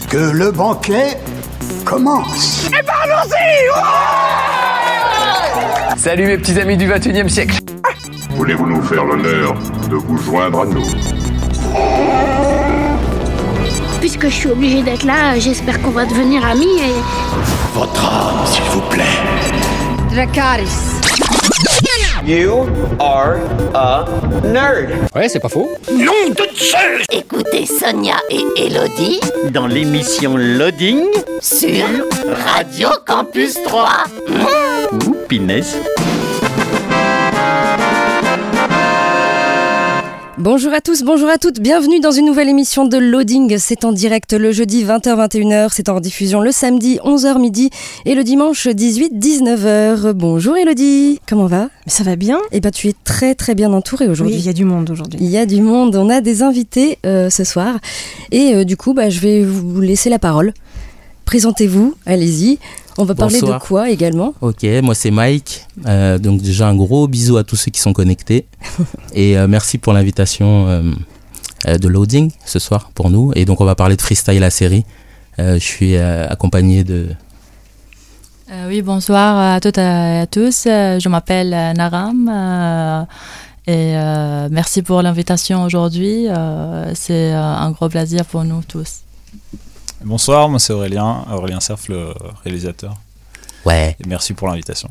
que le banquet commence. Et ben allons-y. Salut mes petits amis du 21e siècle. Voulez-vous nous faire l'honneur de vous joindre à nous? Puisque je suis obligée d'être là, j'espère qu'on va devenir amis et... Votre âme, s'il vous plaît. Dracarys. You are a nerd. Ouais, c'est pas faux. Nom de Zeus. Écoutez Sonia et Elodie Dans l'émission Loading sur Radio Campus 3. ou Pinès. Bonjour à tous, bonjour à toutes, bienvenue dans une nouvelle émission de Loading. C'est en direct le jeudi 20h-21h, c'est en rediffusion le samedi 11h midi et le dimanche 18-19h. Bonjour Elodie, comment va? Ça va bien? Eh ben tu es très très bien entourée aujourd'hui. Oui, il y a du monde aujourd'hui. Il y a du monde, on a des invités ce soir et du coup je vais vous laisser la parole. Présentez-vous, allez-y. On va parler de quoi également? Ok, moi c'est Mike. Donc déjà un gros bisou à tous ceux qui sont connectés. Et merci pour l'invitation de Loading ce soir pour nous. Et donc on va parler de Freestyle la série. Je suis accompagné de... Oui, bonsoir à toutes et à tous. Je m'appelle Naram. Et merci pour l'invitation aujourd'hui. C'est un gros plaisir pour nous tous. Bonsoir, moi c'est Aurélien Cerf, le réalisateur. Ouais. Et merci pour l'invitation.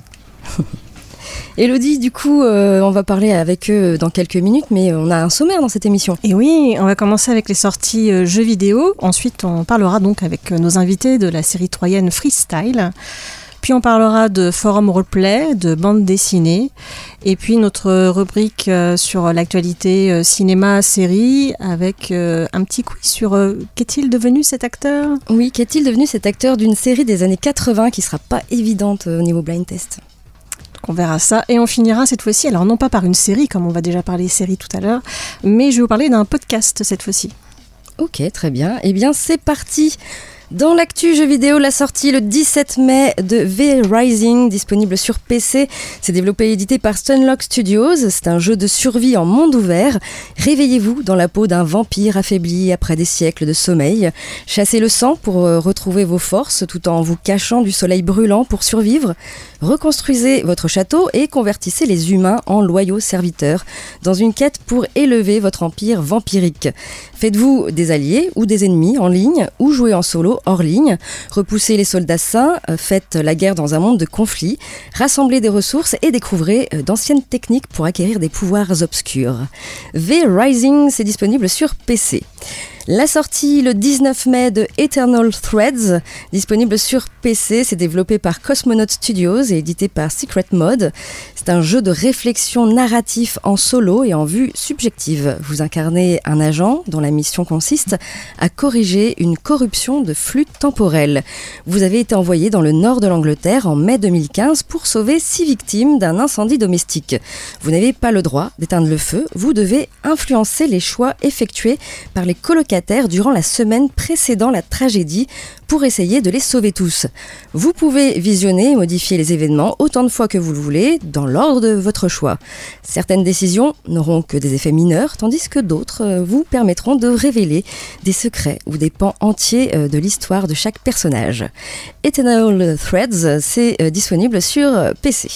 Elodie, du coup, on va parler avec eux dans quelques minutes, mais on a un sommaire dans cette émission. Et oui, on va commencer avec les sorties jeux vidéo. Ensuite, on parlera donc avec nos invités de la série troyenne Freestyle. Puis on parlera de forum roleplay, de bande dessinée, et puis notre rubrique sur l'actualité cinéma-série avec un petit quiz sur qu'est-il devenu cet acteur ? Oui, qu'est-il devenu cet acteur d'une série des années 80 qui sera pas évidente au niveau blind test ? Donc on verra ça, et on finira cette fois-ci, alors non pas par une série, comme on va déjà parler série tout à l'heure, mais je vais vous parler d'un podcast cette fois-ci. Ok, très bien. Eh bien, c'est parti. Dans l'actu jeux vidéo, la sortie le 17 mai de V Rising, disponible sur PC. C'est développé et édité par Stunlock Studios. C'est un jeu de survie en monde ouvert. Réveillez-vous dans la peau d'un vampire affaibli après des siècles de sommeil. Chassez le sang pour retrouver vos forces tout en vous cachant du soleil brûlant pour survivre. Reconstruisez votre château et convertissez les humains en loyaux serviteurs dans une quête pour élever votre empire vampirique. Faites-vous des alliés ou des ennemis en ligne ou jouez en solo hors ligne. Repoussez les soldats sains, faites la guerre dans un monde de conflits, rassemblez des ressources et découvrez d'anciennes techniques pour acquérir des pouvoirs obscurs. V Rising, c'est disponible sur PC. La sortie le 19 mai de Eternal Threads, disponible sur PC, c'est développé par Cosmonaut Studios et édité par Secret Mode. C'est un jeu de réflexion narratif en solo et en vue subjective. Vous incarnez un agent dont la mission consiste à corriger une corruption de flux temporel. Vous avez été envoyé dans le nord de l'Angleterre en mai 2015 pour sauver 6 victimes d'un incendie domestique. Vous n'avez pas le droit d'éteindre le feu, vous devez influencer les choix effectués par les colocataires durant la semaine précédant la tragédie pour essayer de les sauver tous. Vous pouvez visionner et modifier les événements autant de fois que vous le voulez, dans l'ordre de votre choix. Certaines décisions n'auront que des effets mineurs, tandis que d'autres vous permettront de révéler des secrets ou des pans entiers de l'histoire de chaque personnage. Eternal Threads, c'est disponible sur PC.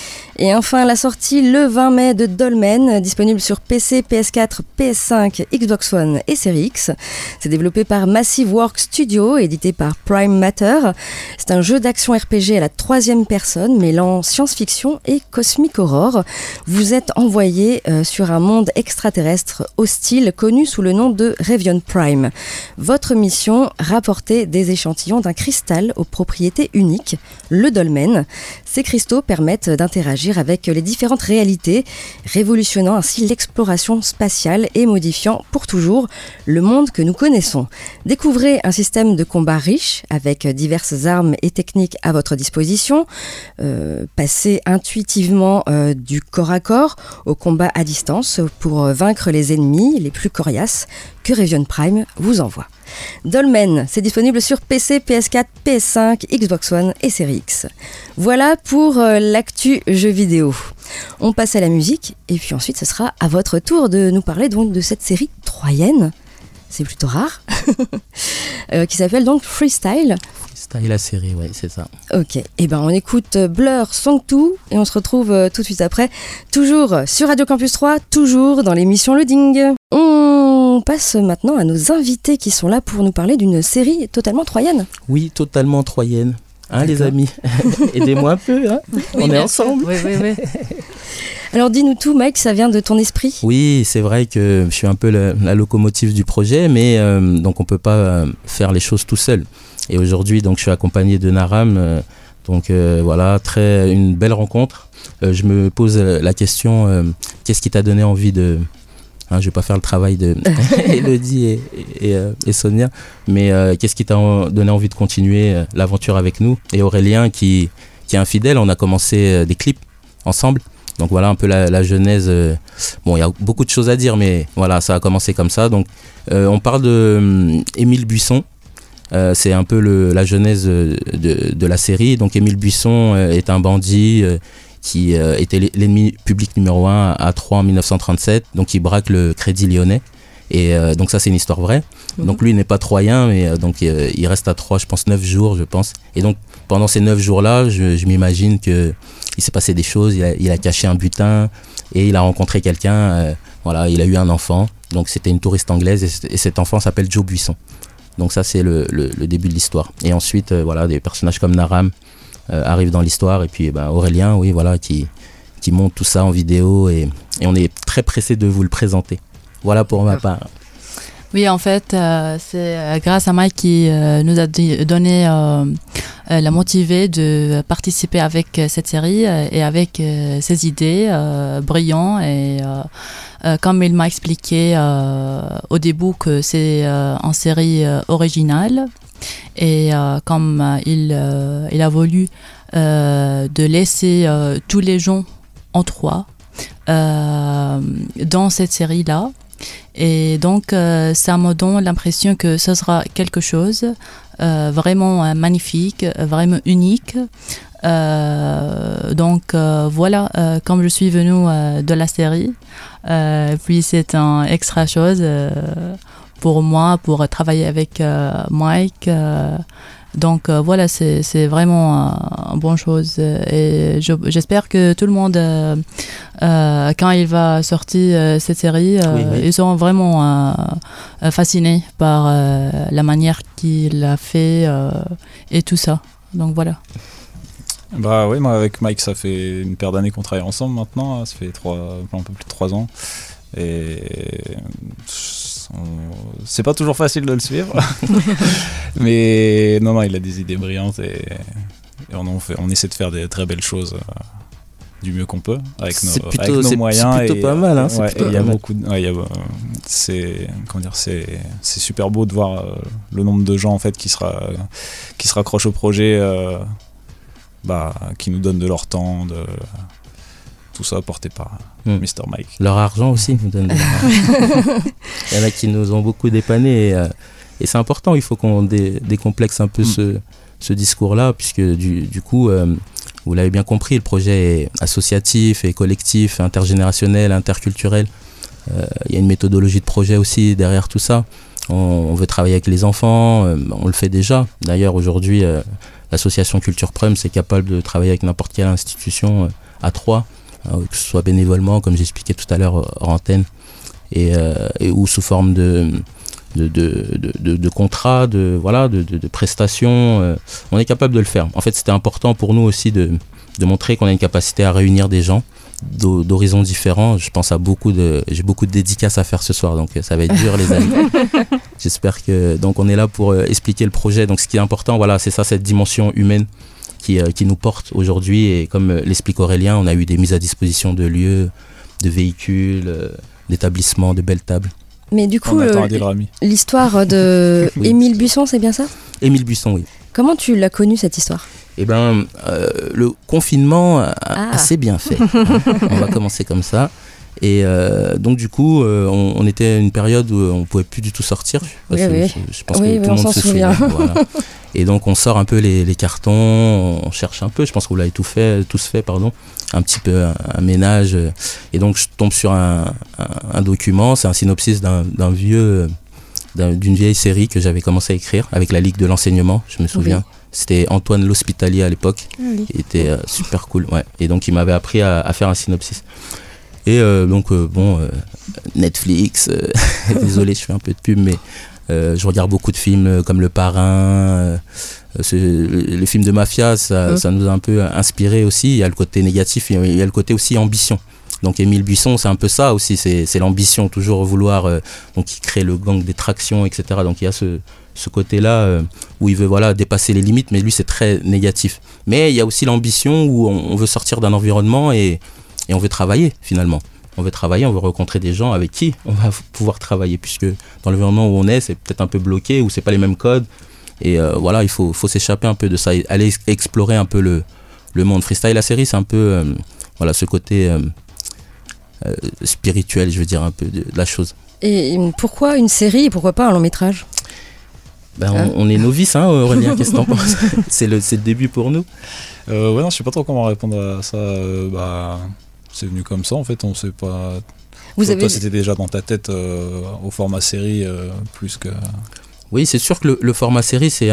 Et enfin, la sortie le 20 mai de Dolmen, disponible sur PC, PS4, PS5, Xbox One et Series X. C'est développé par Massive Works Studio, édité par Prime Matter. C'est un jeu d'action RPG à la 3e personne, mêlant science-fiction et cosmic horror. Vous êtes envoyé sur un monde extraterrestre hostile, connu sous le nom de Revion Prime. Votre mission, rapporter des échantillons d'un cristal aux propriétés uniques, le Dolmen. Ces cristaux permettent d'interagir avec les différentes réalités, révolutionnant ainsi l'exploration spatiale et modifiant pour toujours le monde que nous connaissons. Découvrez un système de combat riche avec diverses armes et techniques à votre disposition. Passez intuitivement du corps à corps au combat à distance pour vaincre les ennemis les plus coriaces que Revion Prime vous envoie. Dolmen, c'est disponible sur PC, PS4, PS5, Xbox One et Series X. Voilà pour l'actu jeux vidéo. On passe à la musique et puis ensuite ce sera à votre tour de nous parler donc de cette série troyenne. c'est plutôt rare, qui s'appelle donc Freestyle. Freestyle la série, ouais, c'est ça. Ok, et ben on écoute Blur Song 2 et on se retrouve tout de suite après, toujours sur Radio Campus 3, toujours dans l'émission Loading. On passe maintenant à nos invités qui sont là pour nous parler d'une série totalement troyenne. Oui, totalement troyenne. Hein, les amis, aidez-moi un peu, hein. On est ensemble. Oui. Alors dis-nous tout, Mike, ça vient de ton esprit? Oui, c'est vrai que je suis un peu la locomotive du projet, mais donc on peut pas faire les choses tout seul. Et aujourd'hui, donc je suis accompagné de Naram, donc voilà, une belle rencontre. Je me pose la question, qu'est-ce qui t'a donné envie de... je vais pas faire le travail de Elodie et Sonia, mais qu'est-ce qui t'a donné envie de continuer l'aventure avec nous? Et Aurélien qui est un fidèle, on a commencé des clips ensemble. Donc voilà un peu la genèse. Bon, il y a beaucoup de choses à dire, mais voilà, ça a commencé comme ça. Donc on parle de Émile Buisson. C'est un peu la genèse de la série. Donc Émile Buisson est un bandit qui était l'ennemi public numéro 1 à Troyes en 1937. Donc il braque le Crédit Lyonnais. Et donc ça, c'est une histoire vraie. Donc lui, il n'est pas troyen, mais donc il reste à Troyes, je pense, 9 jours, je pense. Et donc pendant ces 9 jours-là, je m'imagine qu'il s'est passé des choses. Il a caché un butin et il a rencontré quelqu'un. Voilà, il a eu un enfant. Donc c'était une touriste anglaise et cet enfant s'appelle Joe Buisson. Donc ça, c'est le début de l'histoire. Et ensuite, voilà, des personnages comme Naram arrivent dans l'histoire. Et puis Aurélien, oui, voilà, qui monte tout ça en vidéo. Et on est très pressé de vous le présenter. Voilà pour ma part. Oui, en fait, c'est grâce à Mike qui nous a donné la motivée de participer avec cette série et avec ses idées brillantes. Et comme il m'a expliqué au début que c'est en série originale, et comme il a voulu de laisser tous les gens en Troyes dans cette série-là. Et donc ça me donne l'impression que ce sera quelque chose vraiment magnifique, vraiment unique. Donc voilà, comme je suis venue de la série, puis c'est un extra chose pour moi, pour travailler avec Mike. Donc voilà, c'est vraiment une bonne chose. Et j'espère que tout le monde, quand il va sortir cette série, ils seront vraiment fascinés par la manière qu'il a fait et tout ça. Donc voilà. Bah oui, moi avec Mike, ça fait une paire d'années qu'on travaille ensemble maintenant. Ça fait un peu plus de 3 ans. Et c'est pas toujours facile de le suivre. Mais non, il a des idées brillantes et on essaie de faire des très belles choses du mieux qu'on peut avec nos moyens. C'est plutôt pas mal. Hein, c'est super beau de voir le nombre de gens en fait qui se raccrochent au projet, qui nous donnent de leur temps, tout ça porté par Mr. Mike. Leur argent aussi nous donne de l'argent. Il y en a qui nous ont beaucoup dépannés et c'est important, il faut qu'on décomplexe un peu ce discours-là, puisque du coup, vous l'avez bien compris, le projet est associatif et collectif, intergénérationnel, interculturel. Il y a une méthodologie de projet aussi derrière tout ça. On veut travailler avec les enfants, on le fait déjà. D'ailleurs, aujourd'hui, l'association Culture Prem, c'est capable de travailler avec n'importe quelle institution à Troyes, que ce soit bénévolement, comme j'expliquais tout à l'heure hors antenne, et ou sous forme de contrats, de prestations. On est capable de le faire. En fait, c'était important pour nous aussi de montrer qu'on a une capacité à réunir des gens d'horizons différents. Je pense j'ai beaucoup de dédicaces à faire ce soir, donc ça va être dur, les amis. J'espère que donc on est là pour expliquer le projet. Donc ce qui est important, voilà, c'est ça, cette dimension humaine qui nous porte aujourd'hui. Et comme l'explique Aurélien, on a eu des mises à disposition de lieux, de véhicules, d'établissements, de belles tables. Mais du coup, l'histoire de Émile Buisson, c'est bien ça? Émile Buisson, oui. Comment tu l'as connue, cette histoire? Eh bien, le confinement a assez bien fait. On va commencer comme ça. Et donc du coup, on était à une période où on ne pouvait plus du tout sortir. Je pense que tout le monde se souvient. Voilà. Et donc on sort un peu les cartons, on cherche un peu, je pense que vous l'avez tous fait, un petit peu un ménage. Et donc je tombe sur un document, c'est un synopsis d'un vieux d'une vieille série que j'avais commencé à écrire avec la Ligue de l'enseignement, je me souviens. Oui. C'était Antoine L'Hospitalier à l'époque. Oui. Il était super cool. Ouais. Et donc, il m'avait appris à faire un synopsis. Et Netflix, désolé, je fais un peu de pub, mais je regarde beaucoup de films comme Le Parrain, les films de mafia, ça nous a un peu inspiré aussi. Il y a le côté négatif, il y a le côté aussi ambition. Donc Émile Buisson, c'est un peu ça aussi, c'est l'ambition, toujours vouloir, donc il crée le gang des tractions, etc. Donc il y a ce côté-là où il veut dépasser les limites, mais lui c'est très négatif. Mais il y a aussi l'ambition où on veut sortir d'un environnement et on veut travailler finalement. On veut travailler, on veut rencontrer des gens avec qui on va pouvoir travailler, puisque dans l'environnement où on est, c'est peut-être un peu bloqué, ou c'est pas les mêmes codes. Et il faut s'échapper un peu de ça, et aller explorer un peu le monde. Freestyle, la série, c'est un peu ce côté spirituel, je veux dire, un peu de la chose. Et pourquoi une série et pourquoi pas un long métrage ? On est novices, Aurélien, qu'est-ce que t'en penses ? C'est le début pour nous. Non, je sais pas trop comment répondre à ça. C'est venu comme ça, en fait, on sait pas. Toi, c'était déjà dans ta tête au format série plus que. Oui, c'est sûr que le format série, c'est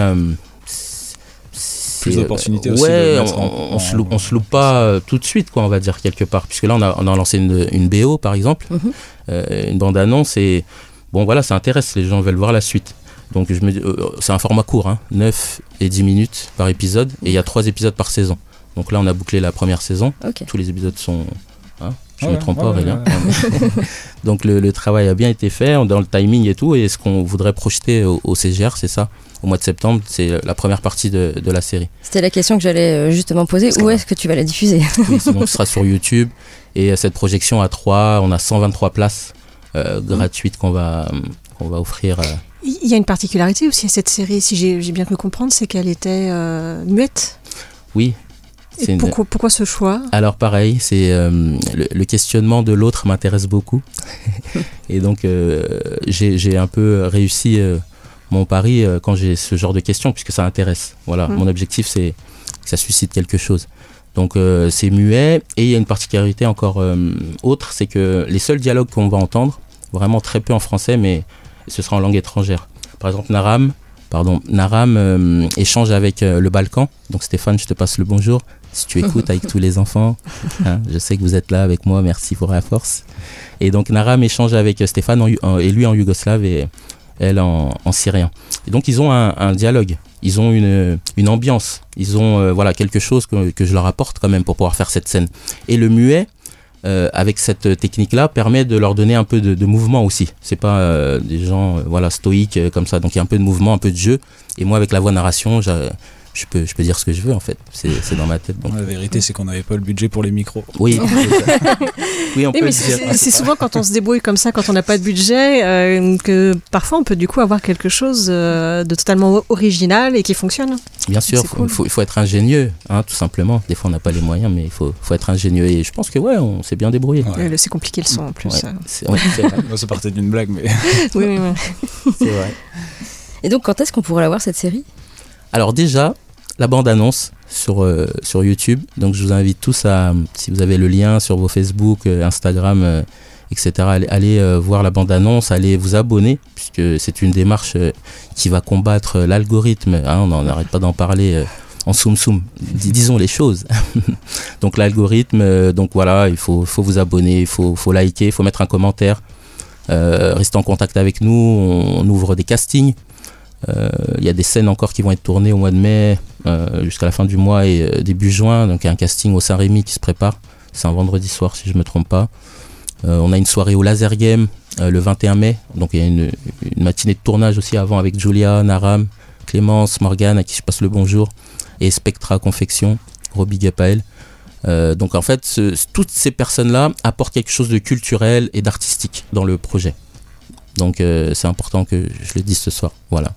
plus d'opportunités aussi. Ouais, on se loupe pas tout de suite, quoi, on va dire, quelque part. Puisque là, on a lancé une BO, par exemple, une bande-annonce, et ça intéresse, les gens veulent voir la suite. Donc, je me dis, c'est un format court, 9 et 10 minutes par épisode, et il y a 3 épisodes par saison. Donc là, on a bouclé la première saison. Okay. Tous les épisodes sont... je ne me trompe pas, Aurélien. Donc le travail a bien été fait dans le timing et tout. Et ce qu'on voudrait projeter au CGR, c'est ça. Au mois de septembre, c'est la première partie de la série. C'était la question que j'allais justement poser. Où est-ce que tu vas la diffuser ? Oui, donc ce sera sur YouTube. Et cette projection à 3, on a 123 places gratuites qu'on va offrir. Il y a une particularité aussi à cette série, si j'ai bien pu comprendre, c'est qu'elle était muette. Oui. Pourquoi ce choix ? Alors pareil, c'est le questionnement de l'autre m'intéresse beaucoup. Et donc j'ai un peu réussi mon pari quand j'ai ce genre de questions, puisque ça intéresse. Voilà, mon objectif c'est que ça suscite quelque chose. Donc c'est muet, et il y a une particularité encore autre, c'est que les seuls dialogues qu'on va entendre, vraiment très peu en français, mais ce sera en langue étrangère. Par exemple, Naram échange avec le Balkan. Donc Stéphane, je te passe le bonjour. Si tu écoutes avec tous les enfants, je sais que vous êtes là avec moi, merci pour la force. Et donc Naram échange avec Stéphane, et lui en yougoslave et elle en syrien. Et donc ils ont un dialogue, ils ont une ambiance, ils ont quelque chose que je leur apporte quand même pour pouvoir faire cette scène. Et le muet, avec cette technique-là, permet de leur donner un peu de mouvement aussi. C'est pas des gens stoïques comme ça, donc il y a un peu de mouvement, un peu de jeu. Et moi, avec la voix narration, je peux dire ce que je veux, en fait. C'est dans ma tête. Donc. La vérité, c'est qu'on n'avait pas le budget pour les micros. Oui, oui, on peut mais c'est souvent quand on se débrouille comme ça, quand on n'a pas de budget, que parfois on peut du coup avoir quelque chose de totalement original et qui fonctionne. Bien sûr, il faut être ingénieux, tout simplement. Des fois, on n'a pas les moyens, mais il faut être ingénieux. Et je pense que on s'est bien débrouillé. Ouais. C'est compliqué le son en plus. Ouais, c'est vrai. Moi, ça partait d'une blague, mais... oui. C'est vrai. Et donc, quand est-ce qu'on pourrait la voir, cette série ? Alors déjà, la bande-annonce sur YouTube. Donc je vous invite tous à, si vous avez le lien sur vos Facebook, Instagram, etc., allez voir la bande-annonce, allez vous abonner, puisque c'est une démarche qui va combattre l'algorithme. On n'arrête pas d'en parler en soum-soum. Disons les choses. Donc l'algorithme, il faut vous abonner, il faut liker, il faut mettre un commentaire, rester en contact avec nous, on ouvre des castings. Il y a des scènes encore qui vont être tournées au mois de mai jusqu'à la fin du mois et début juin. Donc il y a un casting au Saint-Rémy qui se prépare. C'est un vendredi soir si je ne me trompe pas. On a une soirée au Laser Game le 21 mai. Donc il y a une matinée de tournage aussi avant avec Julia, Naram, Clémence, Morgane à qui je passe le bonjour, et Spectra Confection. Gros big up à elle. Donc en fait toutes ces personnes-là apportent quelque chose de culturel et d'artistique dans le projet. Donc c'est important que je le dise ce soir. Voilà.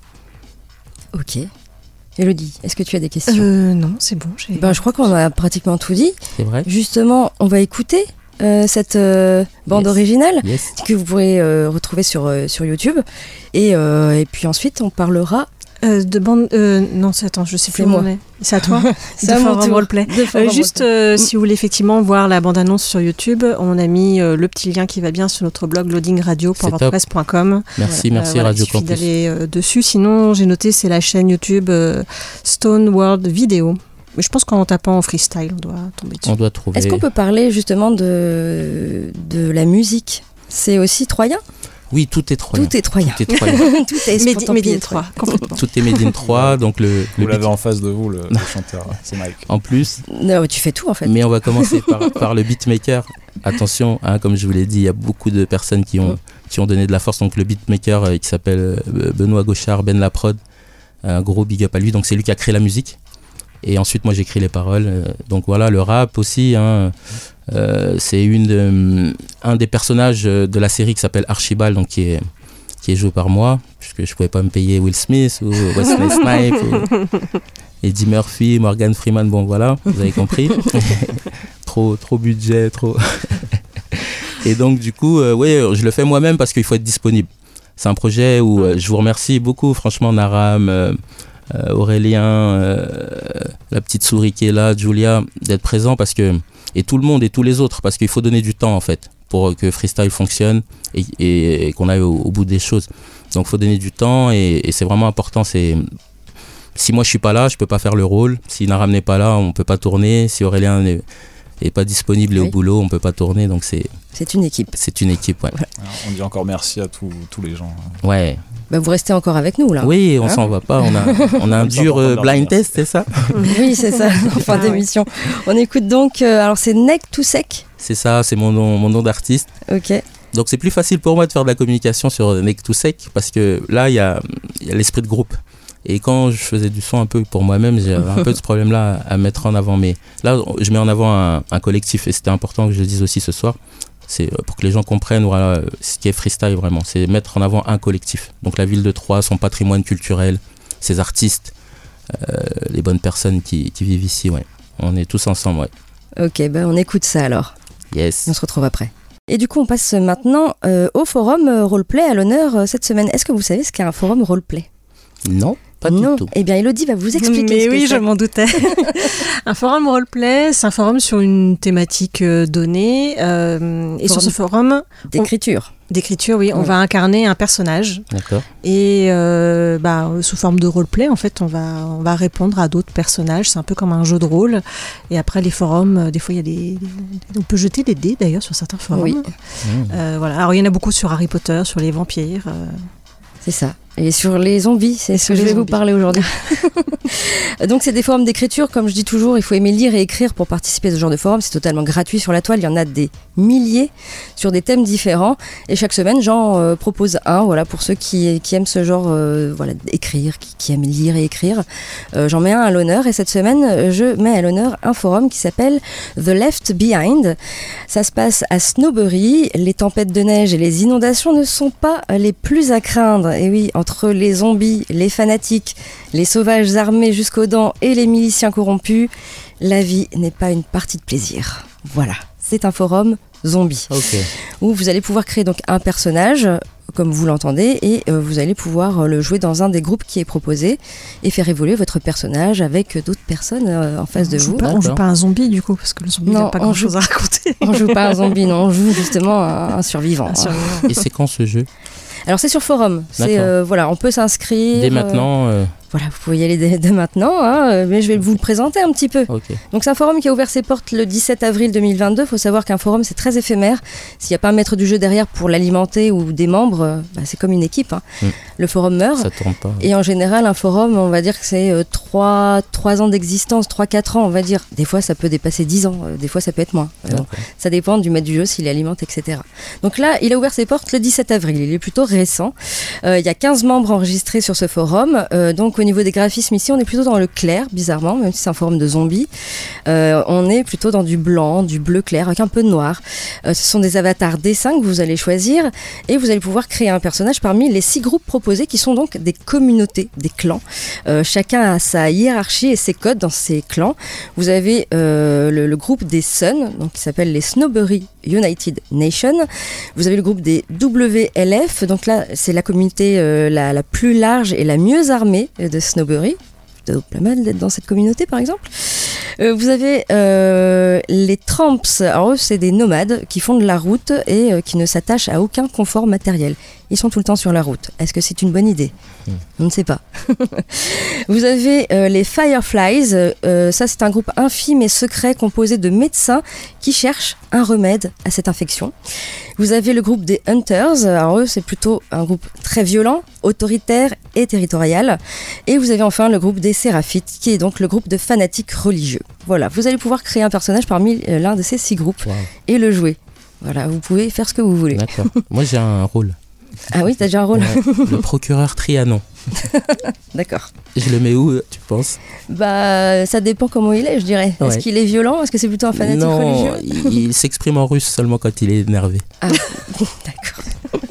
Ok. Élodie, est-ce que tu as des questions ? Non, c'est bon. Je crois qu'on a pratiquement tout dit. C'est vrai. Justement, on va écouter cette bande originale que vous pourrez retrouver sur YouTube. Et puis ensuite, on parlera De bande. Non, attends, je sais plus où on est. C'est à toi. C'est à mon tour. Roleplay. Si vous voulez effectivement voir la bande-annonce sur YouTube, on a mis le petit lien qui va bien sur notre blog loadingradio.wordpress.com. Merci voilà, Radio Campus. Il suffit d'aller dessus. Sinon, j'ai noté, c'est la chaîne YouTube Stone World Video. Mais je pense qu'en tapant freestyle, on doit tomber dessus. On doit trouver. Est-ce qu'on peut parler justement de la musique ? C'est aussi troyen ? Oui, tout est troyen. Tout est troyen. Tout est troyen. Tout est Made in 3, complètement. Tout est Made in 3, donc vous l'avez en face de vous, le chanteur, c'est Mike. En plus. Non, tu fais tout en fait. Mais on va commencer par le beatmaker. Attention, comme je vous l'ai dit, il y a beaucoup de personnes qui ont donné de la force. Donc le beatmaker qui s'appelle Benoît Gauchard, Ben Laprod, un gros big up à lui. Donc c'est lui qui a créé la musique. Et ensuite, moi, j'écris les paroles. Donc voilà, le rap aussi. C'est un des personnages de la série qui s'appelle Archibald, donc qui est joué par moi, puisque je pouvais pas me payer Will Smith ou Wesley Snipes ou Eddie Murphy, Morgan Freeman. Bon voilà, vous avez compris. trop budget, trop. Et donc du coup, je le fais moi-même parce qu'il faut être disponible. C'est un projet où je vous remercie beaucoup, franchement, Naram. Aurélien, la petite souris qui est là, Julia, d'être présent et tout le monde et tous les autres, parce qu'il faut donner du temps en fait pour que Freestyle fonctionne et qu'on aille au bout des choses. Donc il faut donner du temps et c'est vraiment important. Si moi je suis pas là, je peux pas faire le rôle. Si Naram n'est pas là, on peut pas tourner. Si Aurélien n'est pas disponible et au boulot, on peut pas tourner. Donc c'est une équipe. C'est une équipe, ouais. On dit encore merci à tous les gens. Ouais. Bah vous restez encore avec nous là. Oui, on s'en va pas. On a un dur blind test, c'est ça ? Oui, c'est ça, en fin d'émission. On écoute donc, alors c'est Neck to Sec. C'est ça, c'est mon nom d'artiste. Ok. Donc c'est plus facile pour moi de faire de la communication sur Neck to Sec parce que là, il y a l'esprit de groupe. Et quand je faisais du son un peu pour moi-même, j'avais un peu de ce problème-là à mettre en avant. Mais là, je mets en avant un collectif et c'était important que je le dise aussi ce soir. C'est pour que les gens comprennent ce qui est freestyle vraiment. C'est mettre en avant un collectif. Donc la ville de Troyes, son patrimoine culturel, ses artistes, les bonnes personnes qui vivent ici. Ouais. On est tous ensemble. Ouais. Ok, on écoute ça alors. Yes. On se retrouve après. Et du coup, on passe maintenant au forum roleplay à l'honneur cette semaine. Est-ce que vous savez ce qu'est un forum roleplay ? Non. Pas du tout. Eh bien, Elodie va vous expliquer. Mais oui, je m'en doutais. Un forum roleplay, c'est un forum sur une thématique donnée. Et sur ce forum... D'écriture. D'écriture, oui. On va incarner un personnage. D'accord. Et sous forme de roleplay, en fait, on va répondre à d'autres personnages. C'est un peu comme un jeu de rôle. Et après, les forums, des fois, il y a on peut jeter des dés, d'ailleurs, sur certains forums. Oui. Voilà. Alors, il y en a beaucoup sur Harry Potter, sur les vampires. C'est ça. Et sur les zombies, c'est ce que je vais vous parler aujourd'hui. Donc c'est des forums d'écriture, comme je dis toujours, il faut aimer lire et écrire pour participer à ce genre de forum. C'est totalement gratuit sur la toile, il y en a des milliers sur des thèmes différents. Et chaque semaine, j'en propose un, voilà, pour ceux qui aiment ce genre, écrire, qui aiment lire et écrire. J'en mets un à l'honneur et cette semaine, je mets à l'honneur un forum qui s'appelle The Left Behind. Ça se passe à Snowbury. Les tempêtes de neige et les inondations ne sont pas les plus à craindre. Et oui, entre les zombies, les fanatiques, les sauvages armés jusqu'aux dents et les miliciens corrompus, la vie n'est pas une partie de plaisir. Voilà, c'est un forum zombie. Okay. Où vous allez pouvoir créer donc un personnage, comme vous l'entendez, et vous allez pouvoir le jouer dans un des groupes qui est proposé et faire évoluer votre personnage avec d'autres personnes en face de vous. On joue pas un zombie du coup, parce que le zombie n'a pas grand chose à raconter. On joue pas un zombie, non, on joue justement un survivant. Et c'est quand ce jeu ? Alors c'est sur forum, on peut s'inscrire. Dès maintenant Voilà, vous pouvez y aller dès maintenant, mais je vais vous le présenter un petit peu. Okay. Donc c'est un forum qui a ouvert ses portes le 17 avril 2022. Il faut savoir qu'un forum, c'est très éphémère. S'il n'y a pas un maître du jeu derrière pour l'alimenter ou des membres, c'est comme une équipe. Le forum meurt. Ça tourne pas. Et en général, un forum, on va dire que c'est 3 ans d'existence, 3-4 ans, on va dire. Des fois, ça peut dépasser 10 ans. Des fois, ça peut être moins. Donc, ça dépend du maître du jeu, s'il alimente, etc. Donc là, il a ouvert ses portes le 17 avril. Il est plutôt récent. Il y a 15 membres enregistrés sur ce forum. Donc au niveau des graphismes ici, on est plutôt dans le clair, bizarrement, même si c'est un forum de zombies. On est plutôt dans du blanc, du bleu clair, avec un peu de noir. Ce sont des avatars D5 que vous allez choisir et vous allez pouvoir créer un personnage parmi les 6 groupes proposés qui sont donc des communautés, des clans. Chacun a sa hiérarchie et ses codes dans ces clans. Vous avez le groupe des Sun, donc qui s'appelle les Snowbury United Nation. Vous avez le groupe des WLF, donc là c'est la communauté la plus large et la mieux armée de Snowberry. Plutôt pas mal d'être dans cette communauté, par exemple. Vous avez les Tramps. Alors eux, c'est des nomades qui font de la route et qui ne s'attachent à aucun confort matériel. Ils sont tout le temps sur la route. Est-ce que c'est une bonne idée ? On ne sait pas. Vous avez les Fireflies. Ça, c'est un groupe infime et secret composé de médecins qui cherchent un remède à cette infection. Vous avez le groupe des Hunters. Alors eux, c'est plutôt un groupe très violent, autoritaire et territorial. Et vous avez enfin le groupe des Séraphites, qui est donc le groupe de fanatiques religieux. Voilà, vous allez pouvoir créer un personnage parmi l'un de ces 6 groupes et le jouer. Voilà, vous pouvez faire ce que vous voulez. D'accord. Moi, j'ai un rôle. Ah oui, t'as déjà un rôle. Le procureur Trianon. D'accord. Je le mets où, tu penses ? Bah, ça dépend comment il est, je dirais. Ouais. Est-ce qu'il est violent ? Est-ce que c'est plutôt un fanatique religieux ? Non, il s'exprime en russe seulement quand il est énervé. Ah, d'accord.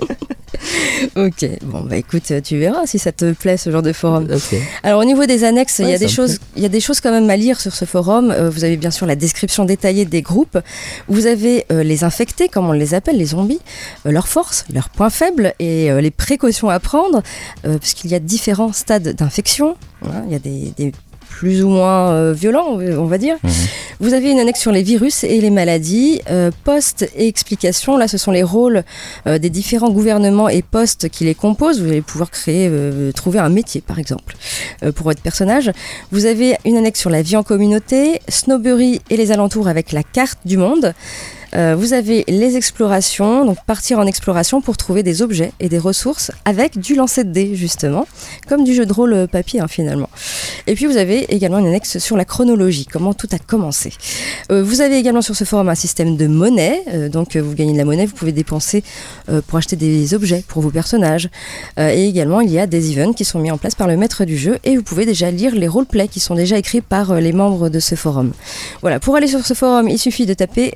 Ok, bon bah écoute, tu verras si ça te plaît ce genre de forum. Okay. Alors au niveau des annexes, il y a des choses quand même à lire sur ce forum. Vous avez bien sûr la description détaillée des groupes. Vous avez les infectés, comme on les appelle, les zombies, leurs forces, leurs points faibles et les précautions à prendre, puisqu'il y a différents stades d'infection. Voilà, il y a des plus ou moins violents, on va dire. Vous avez une annexe sur les virus et les maladies, postes et explications. Là, ce sont les rôles des différents gouvernements et postes qui les composent. Vous allez pouvoir trouver un métier, par exemple, pour votre personnage. Vous avez une annexe sur la vie en communauté, Snowberry et les alentours avec la carte du monde. Vous avez les explorations, donc partir en exploration pour trouver des objets et des ressources avec du lancer de dés, justement, comme du jeu de rôle papier, finalement. Et puis vous avez également une annexe sur la chronologie, comment tout a commencé. Vous avez également sur ce forum un système de monnaie, donc vous gagnez de la monnaie, vous pouvez dépenser pour acheter des objets pour vos personnages. Et également, il y a des events qui sont mis en place par le maître du jeu et vous pouvez déjà lire les roleplays qui sont déjà écrits par les membres de ce forum. Voilà, pour aller sur ce forum, il suffit de taper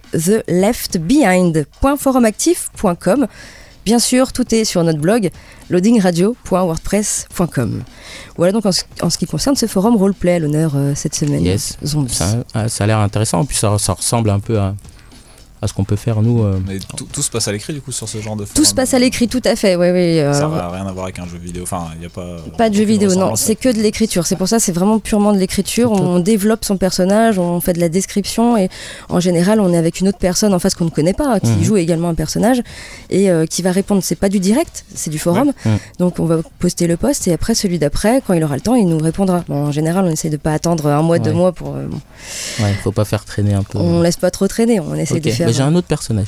leftbehind.forumactif.com. Bien sûr, tout est sur notre blog loadingradio.wordpress.com. Voilà donc en ce qui concerne ce forum roleplay à l'honneur cette semaine. Yes, Zombies. ça a l'air intéressant. En plus, ça ressemble un peu à ce qu'on peut faire nous. Mais tout se passe à l'écrit du coup sur ce genre de forum. Tout se passe à l'écrit, tout à fait. Ouais. Ça n'a rien à voir avec un jeu vidéo. Enfin, il y a pas de jeu vidéo, non. C'est que de l'écriture. C'est pour ça, c'est vraiment purement de l'écriture. On développe son personnage, on fait de la description et en général, on est avec une autre personne en face qu'on ne connaît pas, qui joue également un personnage et qui va répondre. C'est pas du direct, c'est du forum. Donc, on va poster le post et après celui d'après, quand il aura le temps, il nous répondra. Bon, en général, on essaie de pas attendre un mois, 2 mois pour. Ouais, faut pas faire traîner un peu. On laisse pas trop traîner. On essaie de faire. Mais j'ai un autre personnage.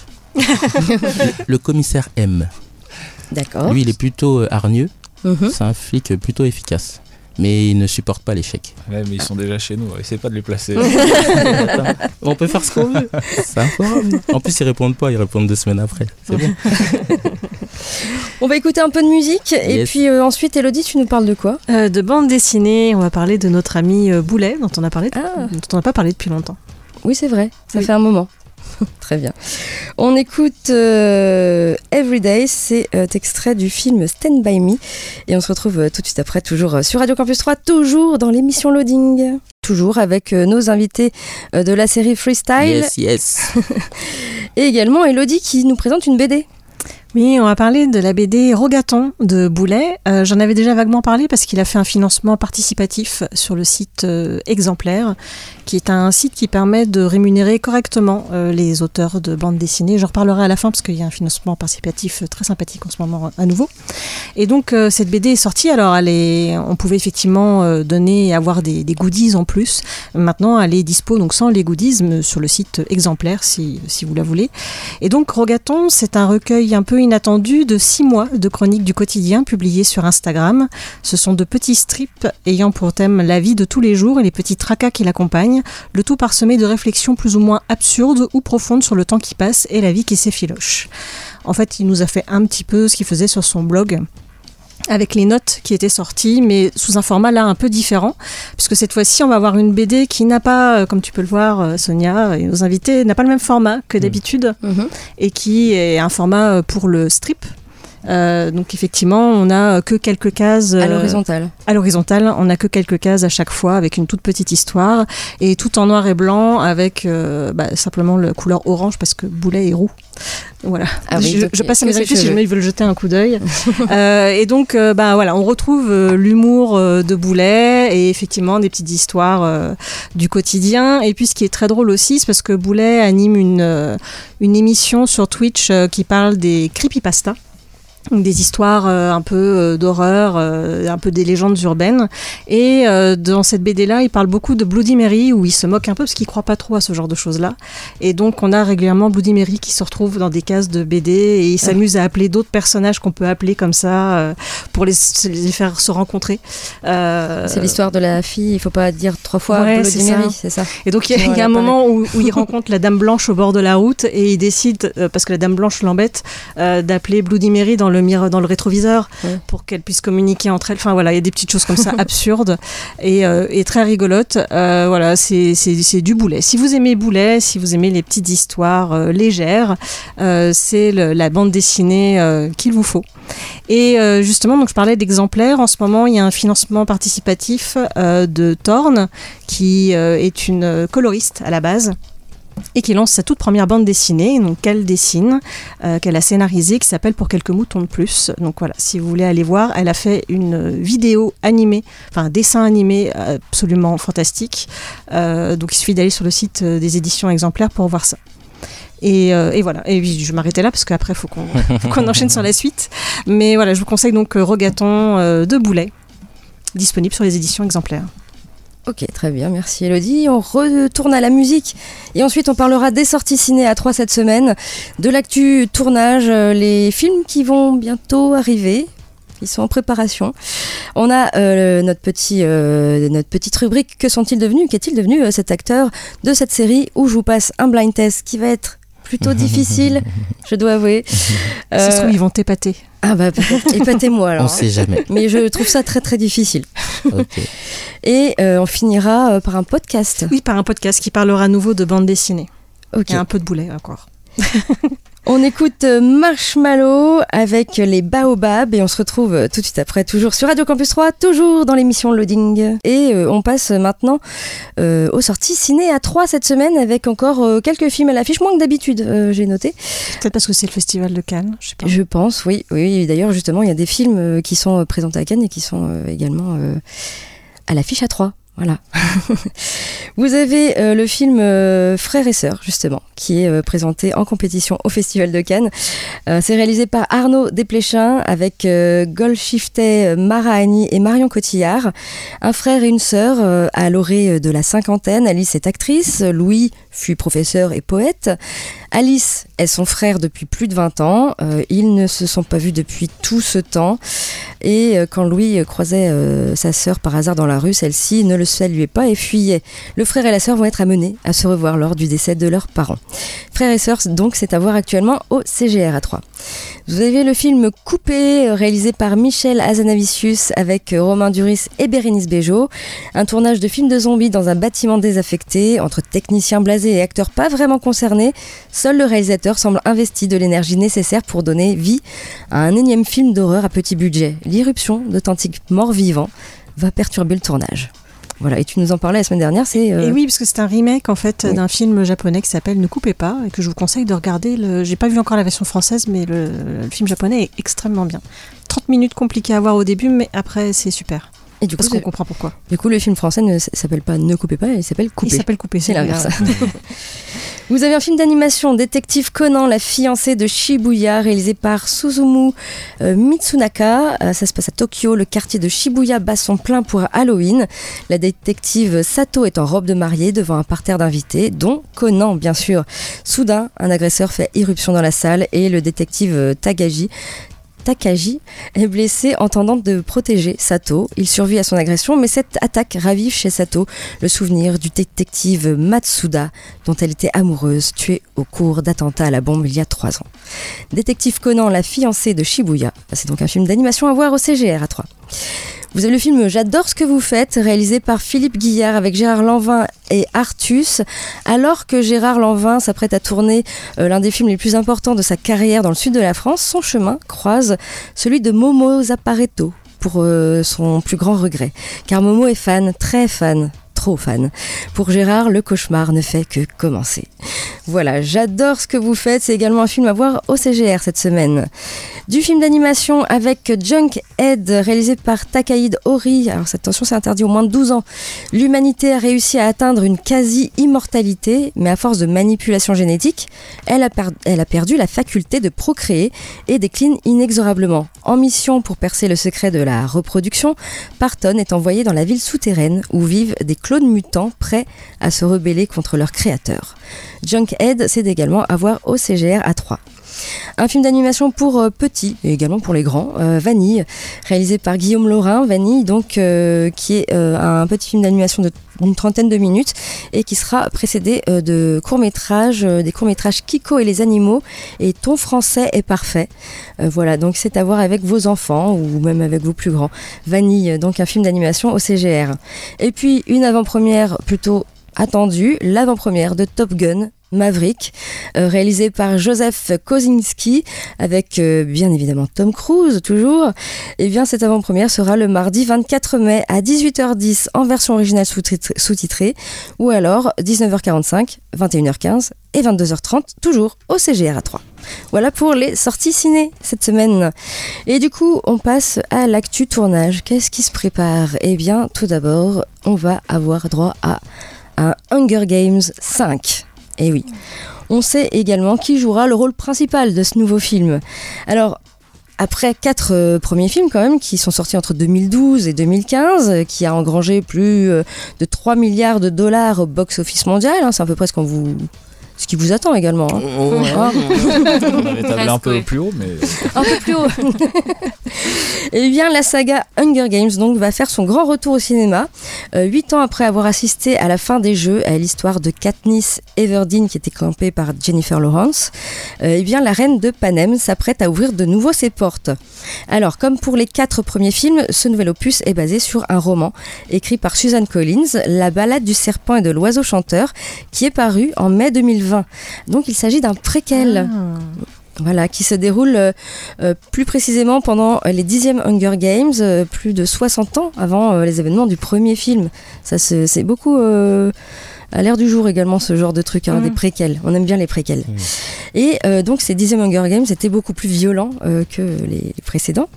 le commissaire M. D'accord. Lui, il est plutôt hargneux. C'est un flic plutôt efficace. Mais il ne supporte pas l'échec. Ouais, mais ils sont déjà chez nous. Essayez pas de les placer. On peut faire ce qu'on veut. C'est un forum. En plus, ils répondent pas. Ils répondent 2 semaines après. C'est bon. On va écouter un peu de musique. Yes. Et puis ensuite, Elodie, tu nous parles de quoi ? De bande dessinée. On va parler de notre ami Boulet, dont on n'a pas parlé depuis longtemps. Oui, c'est vrai. Ça fait un moment. Très bien. On écoute Everyday, c'est extrait du film Stand By Me et on se retrouve tout de suite après, toujours sur Radio Campus 3, toujours dans l'émission Loading, toujours avec nos invités de la série Freestyle. Yes. Et également Elodie qui nous présente une BD. Oui, on va parler de la BD Rogaton de Boulet. J'en avais déjà vaguement parlé parce qu'il a fait un financement participatif sur le site Exemplaire, qui est un site qui permet de rémunérer correctement les auteurs de bandes dessinées. J'en reparlerai à la fin parce qu'il y a un financement participatif très sympathique en ce moment à nouveau. Et donc cette BD est sortie, alors on pouvait effectivement donner et avoir des goodies en plus. Maintenant elle est dispo donc sans les goodies sur le site Exemplaire si vous la voulez. Et donc Rogaton, c'est un recueil un peu inattendu de 6 mois de chroniques du quotidien publiées sur Instagram. Ce sont de petits strips ayant pour thème la vie de tous les jours et les petits tracas qui l'accompagnent, le tout parsemé de réflexions plus ou moins absurdes ou profondes sur le temps qui passe et la vie qui s'effiloche. En fait, il nous a fait un petit peu ce qu'il faisait sur son blog, avec les notes qui étaient sorties, mais sous un format là un peu différent, puisque cette fois-ci on va avoir une BD qui n'a pas, comme tu peux le voir Sonia et nos invités, n'a pas le même format que d'habitude, et qui est un format pour le strip, Donc effectivement, on n'a que quelques cases à l'horizontale. À l'horizontale, on n'a que quelques cases à chaque fois avec une toute petite histoire et tout en noir et blanc avec simplement la couleur orange parce que Boulet est roux. Voilà. Ah oui, je passe un message si jamais ils veulent jeter un coup d'œil. Et donc, voilà, on retrouve l'humour de Boulet et effectivement des petites histoires du quotidien. Et puis, ce qui est très drôle aussi, c'est parce que Boulet anime une émission sur Twitch qui parle des creepypastas. Des histoires un peu d'horreur, un peu des légendes urbaines. Et dans cette BD-là, il parle beaucoup de Bloody Mary, où il se moque un peu parce qu'il ne croit pas trop à ce genre de choses-là. Et donc, on a régulièrement Bloody Mary qui se retrouve dans des cases de BD et il s'amuse à appeler d'autres personnages qu'on peut appeler comme ça pour les faire se rencontrer. C'est l'histoire de la fille, il ne faut pas dire 3 fois Bloody Mary, c'est ça. Et donc, il y a un moment où il rencontre la Dame Blanche au bord de la route et il décide, parce que la Dame Blanche l'embête, d'appeler Bloody Mary dans le rétroviseur pour qu'elle puisse communiquer entre elles. Enfin voilà, il y a des petites choses comme ça absurdes et très rigolotes. Voilà, c'est du Boulet. Si vous aimez Boulet, si vous aimez les petites histoires légères, c'est la bande dessinée qu'il vous faut. Et justement, donc je parlais d'exemplaires. En ce moment, il y a un financement participatif de Thorne, qui est une coloriste à la base, et qui lance sa toute première bande dessinée, donc qu'elle dessine, qu'elle a scénarisée, qui s'appelle Pour quelques moutons de plus. Donc voilà, si vous voulez aller voir, elle a fait une vidéo animée, enfin un dessin animé absolument fantastique. Donc il suffit d'aller sur le site des éditions exemplaires pour voir ça. Et voilà, et je m'arrêtais là parce qu'après il faut qu'on enchaîne sur la suite. Mais voilà, je vous conseille donc Rogaton de Boulet, disponible sur les éditions exemplaires. Ok, très bien, merci Elodie. On retourne à la musique et ensuite on parlera des sorties ciné à 3 cette semaine, de l'actu tournage, les films qui vont bientôt arriver. Ils sont en préparation. On a notre petite rubrique Que sont-ils devenus ? Qu'est-il devenu cet acteur de cette série où je vous passe un blind test qui va être plutôt difficile, je dois avouer. Ça se trouve, ils vont t'épater. Ah bah peut-être, épatez-moi alors. On sait jamais. Mais je trouve ça très très difficile. Ok. Et on finira par un podcast. Oui, par un podcast qui parlera à nouveau de bande dessinée. Ok. Il y a un peu de Boulet encore. On écoute Marshmallow avec les Baobabs et on se retrouve tout de suite après, toujours sur Radio Campus 3, toujours dans l'émission Loading. Et on passe maintenant aux sorties ciné à 3 cette semaine avec encore quelques films à l'affiche, moins que d'habitude, j'ai noté. Peut-être parce que c'est le Festival de Cannes, je sais pas. Je pense, oui. D'ailleurs, justement, il y a des films qui sont présentés à Cannes et qui sont également à l'affiche à 3. Voilà. Vous avez le film Frères et Sœurs, justement, qui est présenté en compétition au Festival de Cannes. C'est réalisé par Arnaud Desplechin avec Golshifteh Marahani et Marion Cotillard. Un frère et une sœur à l'orée de la cinquantaine. Alice est actrice, Louis fut professeur et poète. Alice est son frère depuis plus de 20 ans. Ils ne se sont pas vus depuis tout ce temps. Et quand Louis croisait sa sœur par hasard dans la rue, celle-ci ne le saluait pas et fuyait. Le frère et la sœur vont être amenés à se revoir lors du décès de leurs parents. Frères et sœurs, donc, c'est à voir actuellement au CGR à 3. Vous avez le film Coupé, réalisé par Michel Hazanavicius avec Romain Duris et Bérénice Bejo. Un tournage de film de zombies dans un bâtiment désaffecté, entre techniciens blasés et acteurs pas vraiment concernés. Seul le réalisateur semble investi de l'énergie nécessaire pour donner vie à un énième film d'horreur à petit budget. L'irruption d'authentiques morts-vivants va perturber le tournage. Voilà, et tu nous en parlais la semaine dernière, c'est... Et oui, parce que c'est un remake en fait d'un film japonais qui s'appelle Ne coupez pas et que je vous conseille de regarder. J'ai pas vu encore la version française, mais le film japonais est extrêmement bien. 30 minutes compliquées à voir au début, mais après c'est super. Et du coup, parce qu'on comprend pourquoi. Du coup, le film français ne s'appelle pas Ne coupez pas, il s'appelle Coupé. Il s'appelle Coupé, c'est l'inverse. Vous avez un film d'animation, Détective Conan, la fiancée de Shibuya, réalisé par Suzumu Mitsunaka. Ça se passe à Tokyo, le quartier de Shibuya bat son plein pour Halloween. La détective Sato est en robe de mariée devant un parterre d'invités, dont Conan, bien sûr. Soudain, un agresseur fait irruption dans la salle et le détective Takagi est blessé en tentant de protéger Sato. Il survit à son agression, mais cette attaque ravive chez Sato le souvenir du détective Matsuda, dont elle était amoureuse, tué au cours d'attentats à la bombe il y a 3 ans. Détective Conan, la fiancée de Shibuya. C'est donc un film d'animation à voir au CGR à 3. Vous avez le film J'adore ce que vous faites, réalisé par Philippe Guillard avec Gérard Lanvin et Artus. Alors que Gérard Lanvin s'apprête à tourner l'un des films les plus importants de sa carrière dans le sud de la France, son chemin croise celui de Momo Zapparetto pour son plus grand regret. Car Momo est fan, très fan. Trop fan. Pour Gérard, le cauchemar ne fait que commencer. Voilà, J'adore ce que vous faites. C'est également un film à voir au CGR cette semaine. Du film d'animation avec Junkhead, réalisé par Takahide Ori. Alors attention, c'est interdit aux moins de 12 ans. L'humanité a réussi à atteindre une quasi-immortalité, mais à force de manipulation génétique, elle a perdu la faculté de procréer et décline inexorablement. En mission pour percer le secret de la reproduction, Parton est envoyé dans la ville souterraine où vivent des clones mutants prêts à se rebeller contre leur créateur. Junkhead, c'est également à voir au CGR à 3. Un film d'animation pour petits et également pour les grands, Vanille, réalisé par Guillaume Laurin. Vanille, donc, qui est un petit film d'animation d'une 30aine de minutes et qui sera précédé de courts-métrages, des courts-métrages Kiko et les animaux et Ton français est parfait. Voilà, donc c'est à voir avec vos enfants ou même avec vos plus grands. Vanille, donc un film d'animation au CGR. Et puis une avant-première plutôt attendue, l'avant-première de Top Gun Maverick, réalisé par Joseph Kosinski avec bien évidemment Tom Cruise toujours. Et bien cette avant-première sera le mardi 24 mai à 18h10 en version originale sous-titrée ou alors 19h45, 21h15 et 22h30 toujours au CGR à 3. Voilà pour les sorties ciné cette semaine. Et du coup, on passe à l'actu tournage. Qu'est-ce qui se prépare ? Eh bien, tout d'abord, on va avoir droit à un Hunger Games 5. Et oui, on sait également qui jouera le rôle principal de ce nouveau film. Alors, après 4 premiers films quand même, qui sont sortis entre 2012 et 2015, qui a engrangé plus de 3 milliards de dollars au box-office mondial, hein, c'est à peu près ce qui vous attend également. Hein. On avait tablé un peu plus haut, mais... Un peu plus haut. Et bien, la saga Hunger Games donc, va faire son grand retour au cinéma. 8 ans après avoir assisté à la fin des jeux, à l'histoire de Katniss Everdeen qui était campée par Jennifer Lawrence, et bien, la reine de Panem s'apprête à ouvrir de nouveau ses portes. Alors, comme pour les 4 premiers films, ce nouvel opus est basé sur un roman écrit par Suzanne Collins, La Ballade du serpent et de l'oiseau chanteur, qui est paru en mai 2020. Donc il s'agit d'un préquel. Voilà, qui se déroule plus précisément pendant les 10e Hunger Games, plus de 60 ans avant les événements du premier film. Ça c'est beaucoup à l'ère du jour également, ce genre de truc, hein, des préquels. On aime bien les préquels. Et donc ces 10e Hunger Games étaient beaucoup plus violents que les précédents.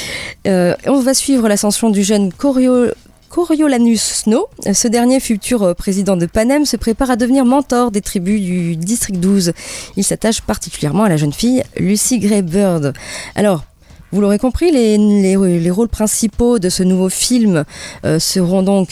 On va suivre l'ascension du jeune Coriolanus Snow. Ce dernier futur président de Panem se prépare à devenir mentor des tribus du district 12. Il s'attache particulièrement à la jeune fille Lucy Gray Bird. Alors, vous l'aurez compris, les rôles principaux de ce nouveau film seront donc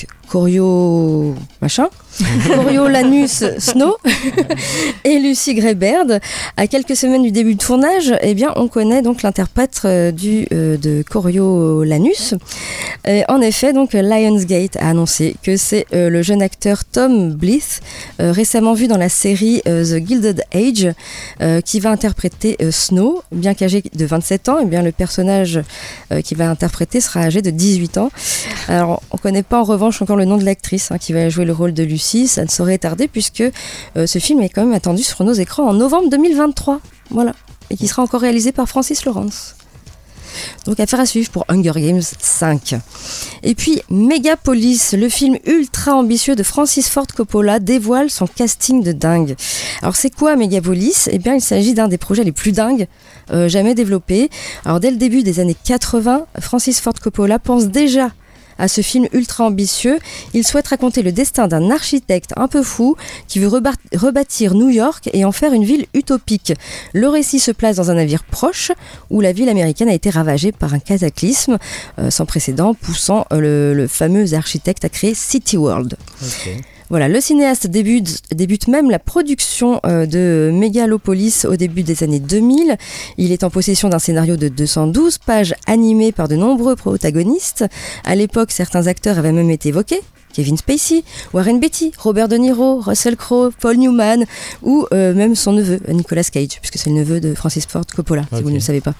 Coriolanus Snow et Lucy Gray Bird. À quelques semaines du début de tournage, eh bien, on connaît donc l'interprète de Coriolanus. En effet, donc Lionsgate a annoncé que c'est le jeune acteur Tom Blyth, récemment vu dans la série The Gilded Age, qui va interpréter Snow. Bien qu'âgé de 27 ans, eh bien, le personnage qu'il va interpréter sera âgé de 18 ans. Alors, on ne connaît pas en revanche encore le nom de l'actrice qui va jouer le rôle de Lucy. Ça ne saurait tarder puisque ce film est quand même attendu sur nos écrans en novembre 2023. Voilà. Et qui sera encore réalisé par Francis Lawrence. Donc affaire à suivre pour Hunger Games 5. Et puis Megapolis, le film ultra ambitieux de Francis Ford Coppola, dévoile son casting de dingue. Alors c'est quoi Megapolis ? Eh bien il s'agit d'un des projets les plus dingues jamais développés. Alors dès le début des années 80, Francis Ford Coppola pense déjà à ce film ultra ambitieux. Il souhaite raconter le destin d'un architecte un peu fou qui veut rebâtir New York et en faire une ville utopique. Le récit se place dans un navire proche où la ville américaine a été ravagée par un cataclysme sans précédent, poussant le fameux architecte à créer City World. Okay. Voilà, le cinéaste débute même la production de Megalopolis au début des années 2000. Il est en possession d'un scénario de 212 pages animé par de nombreux protagonistes. À l'époque, certains acteurs avaient même été évoqués, Kevin Spacey, Warren Beatty, Robert De Niro, Russell Crowe, Paul Newman ou même son neveu, Nicolas Cage, puisque c'est le neveu de Francis Ford Coppola, si vous ne le savez pas.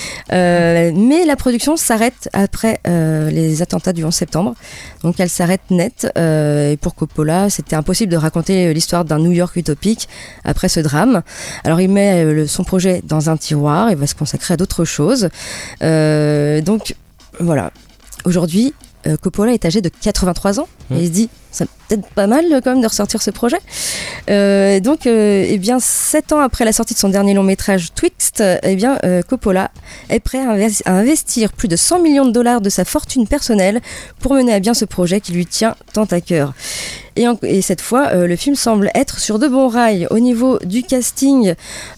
Mais la production s'arrête après les attentats du 11 septembre, donc elle s'arrête net. Et pour Coppola, c'était impossible de raconter l'histoire d'un New York utopique après ce drame. Alors il met son projet dans un tiroir, il va se consacrer à d'autres choses. Donc voilà, aujourd'hui, Coppola est âgé de 83 ans et il se dit c'est peut-être pas mal quand même de ressortir ce projet. Donc, 7 ans après la sortie de son dernier long métrage Twixt, Coppola est prêt à investir plus de 100 millions de dollars de sa fortune personnelle pour mener à bien ce projet qui lui tient tant à cœur. Et cette fois, le film semble être sur de bons rails. Au niveau du casting,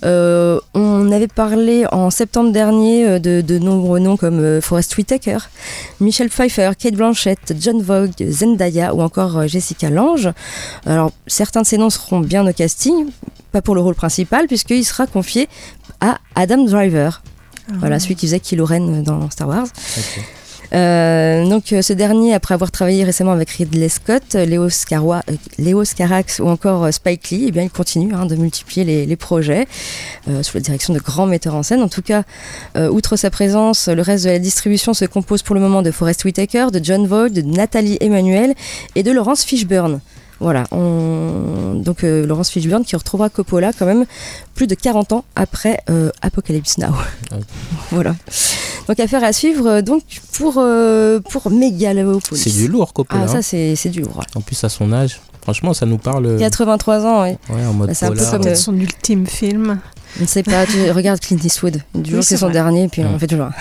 on avait parlé en septembre dernier de nombreux noms comme Forest Whitaker, Michelle Pfeiffer, Cate Blanchett, John Voight, Zendaya ou encore Jessica Lange. Alors, certains de ces noms seront bien au casting, pas pour le rôle principal, puisqu'il sera confié à Adam Driver. Voilà, celui qui faisait Kylo Ren dans Star Wars. Okay. Donc ce dernier, après avoir travaillé récemment avec Ridley Scott, Léos Carax ou encore Spike Lee, il continue de multiplier les projets sous la direction de grands metteurs en scène. En tout cas, outre sa présence, le reste de la distribution se compose pour le moment de Forest Whitaker, de John Voight, de Nathalie Emmanuel et de Laurence Fishburne. Voilà, donc Laurence Fishburne qui retrouvera Coppola quand même plus de 40 ans après Apocalypse Now. Okay. Voilà. Donc affaire à suivre donc pour Megalopolis. C'est du lourd Coppola. Ah ça c'est du lourd. Ouais. En plus à son âge, franchement ça nous parle. 83 ans, oui. Ouais, en mode c'est un peu comme son ultime film. Je ne sais pas, regarde Clint Eastwood. Du jour c'est son dernier, puis on fait toujours.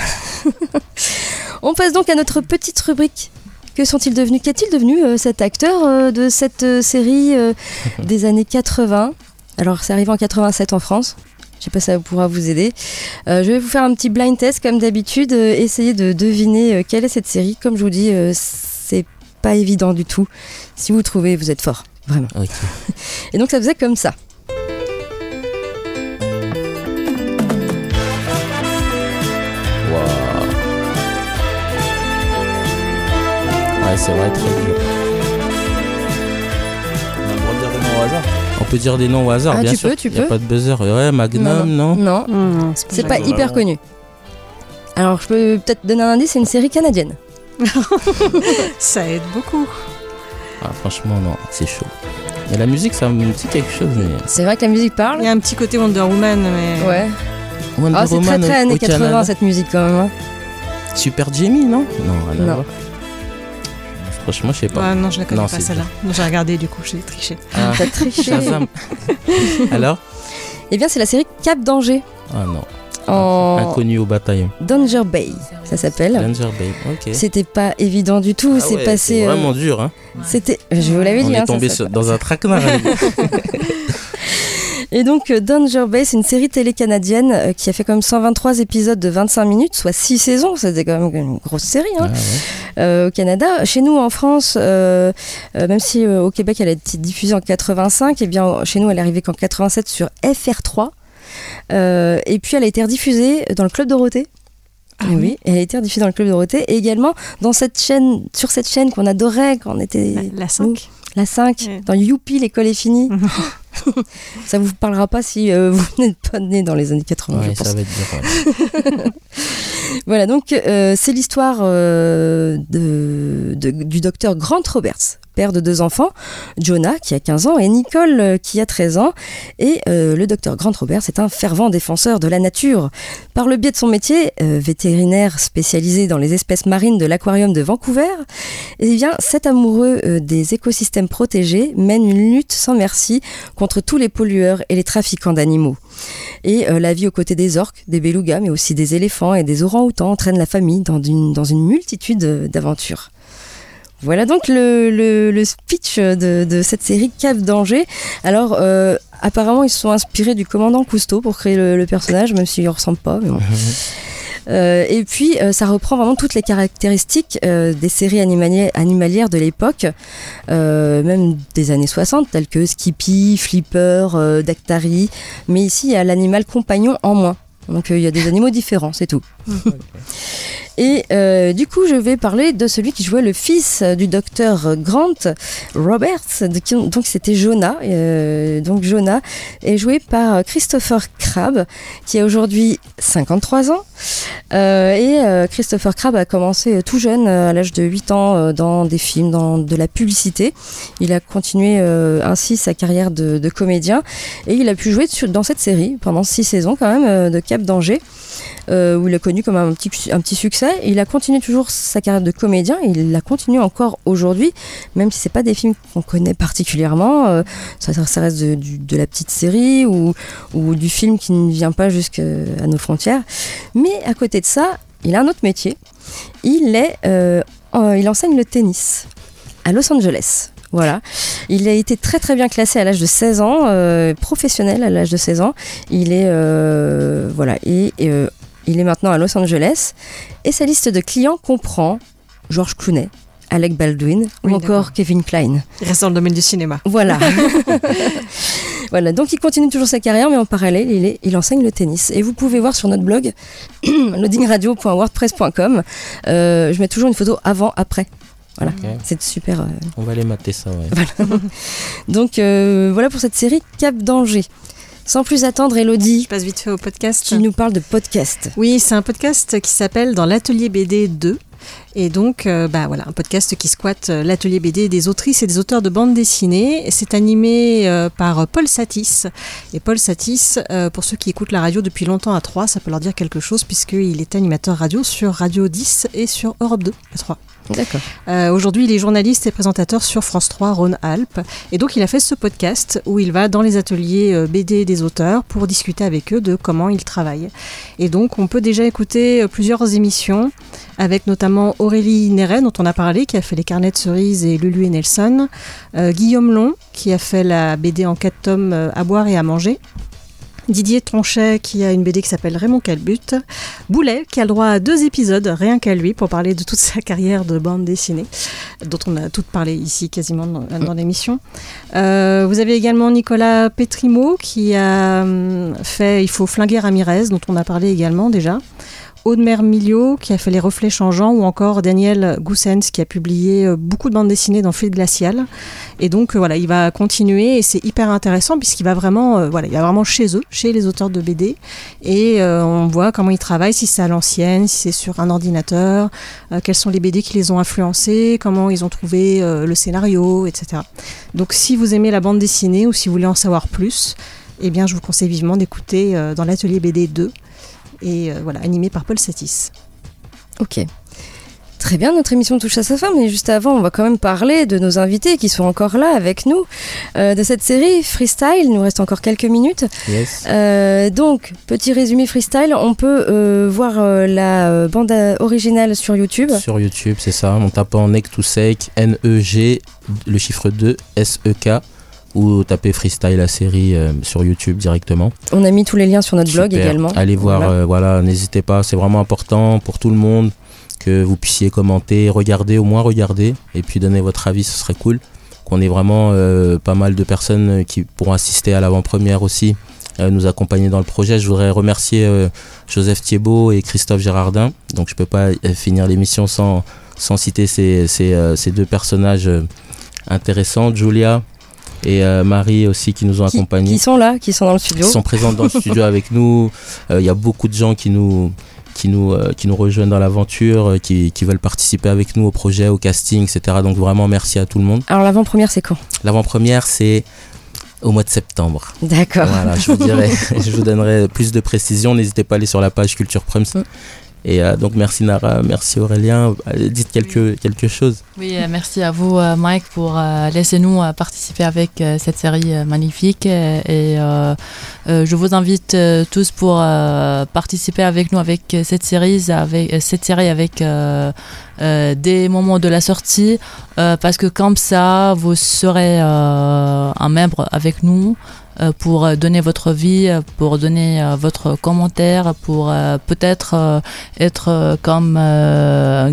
On passe donc à notre petite rubrique. Que sont-ils devenus ? Qu'est-il devenu cet acteur de cette série des années 80 ? Alors, c'est arrivé en 87 en France. Je ne sais pas si ça pourra vous aider. Je vais vous faire un petit blind test, comme d'habitude. Essayez de deviner quelle est cette série. Comme je vous dis, c'est pas évident du tout. Si vous trouvez, vous êtes fort. Vraiment. Okay. Et donc, ça faisait comme ça. Ouais, c'est vrai, très dur. On peut dire des noms au hasard, bien sûr. Tu peux. Il n'y a pas de buzzer. Ouais, Magnum, non. Non, c'est pas hyper connu. Alors, je peux peut-être donner un indice, c'est une série canadienne. Ça aide beaucoup. Ah, franchement, non, c'est chaud. Mais la musique, ça me dit quelque chose. Mais... C'est vrai que la musique parle. Il y a un petit côté Wonder Woman, mais... Ouais. C'est très très années 80 Canada. Cette musique quand même. Hein. Super Jamie, non ? Non, rien à voir. Franchement, je sais pas. Non, je la connais pas celle-là. J'ai regardé, du coup, j'ai triché. Ah, t'as triché. Alors ? Eh bien, c'est la série Cap Danger. Ah non. Inconnu au bataillon. Danger Bay, ça s'appelle. Danger Bay, ok. C'était pas évident du tout. C'est passé. C'est vraiment dur, hein. C'était. Je vous l'avais dit. On est tombé dans un traquenard. Et donc Danger Bay, c'est une série télé canadienne qui a fait quand même 123 épisodes de 25 minutes, soit 6 saisons. C'était quand même une grosse série au Canada. Chez nous en France, même si au Québec elle a été diffusée en 85, et bien chez nous elle est arrivée qu'en 87 sur FR3. Et puis elle a été rediffusée dans le Club Dorothée. Oui, elle a été rediffusée dans le Club Dorothée et également dans sur cette chaîne qu'on adorait quand on était... La 5. La 5, dans Youpi, l'école est finie. Ça vous parlera pas si vous n'êtes pas né dans les années 80, je pense. Ça va être dur. Voilà, donc c'est l'histoire du docteur Grant Roberts, père de 2 enfants, Jonah qui a 15 ans et Nicole qui a 13 ans. Et le docteur Grant Roberts est un fervent défenseur de la nature. Par le biais de son métier, vétérinaire spécialisé dans les espèces marines de l'aquarium de Vancouver, eh bien, cet amoureux des écosystèmes protégés mène une lutte sans merci contre tous les pollueurs et les trafiquants d'animaux. Et la vie aux côtés des orques, des belugas, mais aussi des éléphants et des orang-outans entraîne la famille dans une multitude d'aventures. Voilà donc le speech de cette série Cap Danger. Alors, apparemment, ils se sont inspirés du commandant Cousteau pour créer le personnage, même s'il ne ressemble pas. Mais bon. Et puis, ça reprend vraiment toutes les caractéristiques des séries animalières de l'époque, même des années 60, telles que Skippy, Flipper, Dactari. Mais ici, il y a l'animal compagnon en moins. Donc, il y a des animaux différents, c'est tout. Et du coup, je vais parler de celui qui jouait le fils du docteur Grant Roberts, donc c'était Jonah. Donc Jonah est joué par Christopher Crabbe, qui a aujourd'hui 53 ans. Christopher Crabbe a commencé tout jeune, à l'âge de 8 ans, dans des films, dans de la publicité. Il a continué ainsi sa carrière de comédien, et il a pu jouer dans cette série pendant 6 saisons quand même, de Cap d'Angers, où il a connu comme un petit succès. Il a continué toujours sa carrière de comédien, et il la continue encore aujourd'hui, même si c'est pas des films qu'on connaît particulièrement. Ça reste de la petite série ou du film qui ne vient pas jusqu'à nos frontières. Mais à côté de ça, il a un autre métier. Il enseigne le tennis à Los Angeles. Voilà. Il a été très très bien classé à l'âge de 16 ans, professionnel à l'âge de 16 ans. Il est il est maintenant à Los Angeles, et sa liste de clients comprend George Clooney, Alec Baldwin ou encore Kevin Kline. Il reste dans le domaine du cinéma. Voilà. Voilà, donc il continue toujours sa carrière, mais en parallèle, il enseigne le tennis. Et vous pouvez voir sur notre blog, loadingradio.wordpress.com, je mets toujours une photo avant-après. Voilà, c'est super. On va aller mater ça, ouais. Voilà. Donc voilà pour cette série Cap d'Angers. Sans plus attendre, Elodie, je passe vite fait au podcast. Qui nous parle de podcast. Oui, c'est un podcast qui s'appelle Dans l'Atelier BD 2. Et donc, un podcast qui squatte l'atelier BD des autrices et des auteurs de bande dessinée. C'est animé par Paul Satis. Et Paul Satis, pour ceux qui écoutent la radio depuis longtemps à 3, ça peut leur dire quelque chose, puisqu'il est animateur radio sur Radio 10 et sur Europe 2 à 3. D'accord. Aujourd'hui, il est journaliste et présentateur sur France 3 Rhône-Alpes. Et donc, il a fait ce podcast où il va dans les ateliers BD des auteurs pour discuter avec eux de comment ils travaillent. Et donc, on peut déjà écouter plusieurs émissions avec notamment Aurélie Néret, dont on a parlé, qui a fait Les Carnets de Cerises et Lulu et Nelson. Guillaume Long, qui a fait la BD en 4 tomes À boire et à manger. Didier Tronchet, qui a une BD qui s'appelle Raymond Calbut. Boulet, qui a le droit à 2 épisodes, rien qu'à lui, pour parler de toute sa carrière de bande dessinée, dont on a toutes parlé ici quasiment dans l'émission. Vous avez également Nicolas Pétrimo, qui a fait Il faut flinguer Ramirez, dont on a parlé également déjà. Aude-Mère Miliot, qui a fait Les Reflets Changeants, ou encore Daniel Goussens, qui a publié beaucoup de bandes dessinées dans Fil Glacial. Et donc, il va continuer, et c'est hyper intéressant, puisqu'il va vraiment, il va vraiment chez eux, chez les auteurs de BD, et on voit comment ils travaillent, si c'est à l'ancienne, si c'est sur un ordinateur, quels sont les BD qui les ont influencés, comment ils ont trouvé le scénario, etc. Donc, si vous aimez la bande dessinée, ou si vous voulez en savoir plus, eh bien, je vous conseille vivement d'écouter Dans l'Atelier BD 2, et animé par Paul Satis. Ok. Très bien, notre émission touche à sa fin, mais juste avant, on va quand même parler de nos invités qui sont encore là avec nous, de cette série Freestyle. Il nous reste encore quelques minutes. Yes. Donc, petit résumé Freestyle, on peut voir la bande originale sur YouTube. Sur YouTube, c'est ça, en tapant Neck to Sec, N-E-G, le chiffre 2, S-E-K, ou tapez Freestyle la série sur YouTube directement. On a mis tous les liens sur notre blog également. Allez voir, n'hésitez pas, c'est vraiment important pour tout le monde que vous puissiez commenter, au moins regarder, et puis donner votre avis, ce serait cool. Qu'on ait vraiment pas mal de personnes qui pourront assister à l'avant-première aussi, nous accompagner dans le projet. Je voudrais remercier Joseph Thiebaud et Christophe Gérardin. Donc je peux pas finir l'émission sans citer ces 2 personnages intéressants, Julia et Marie aussi, qui nous ont accompagnés. Qui sont là, qui sont dans le studio. Qui sont présentes dans le studio avec nous. Il y a beaucoup de gens qui nous rejoignent dans l'aventure, qui veulent participer avec nous au projet, au casting, etc. Donc vraiment merci à tout le monde. Alors l'avant-première, c'est quand ? L'avant-première, c'est au mois de septembre. D'accord. Voilà, je vous donnerai plus de précisions. N'hésitez pas à aller sur la page Culture Prums. Et donc merci Nara, merci Aurélien, dites quelque chose. Oui, merci à vous Mike pour laisser nous participer avec cette série magnifique, et je vous invite tous pour participer avec nous avec cette série avec des moments de la sortie, parce que comme ça vous serez un membre avec nous, pour donner votre vie, pour donner votre commentaire, pour peut-être être comme un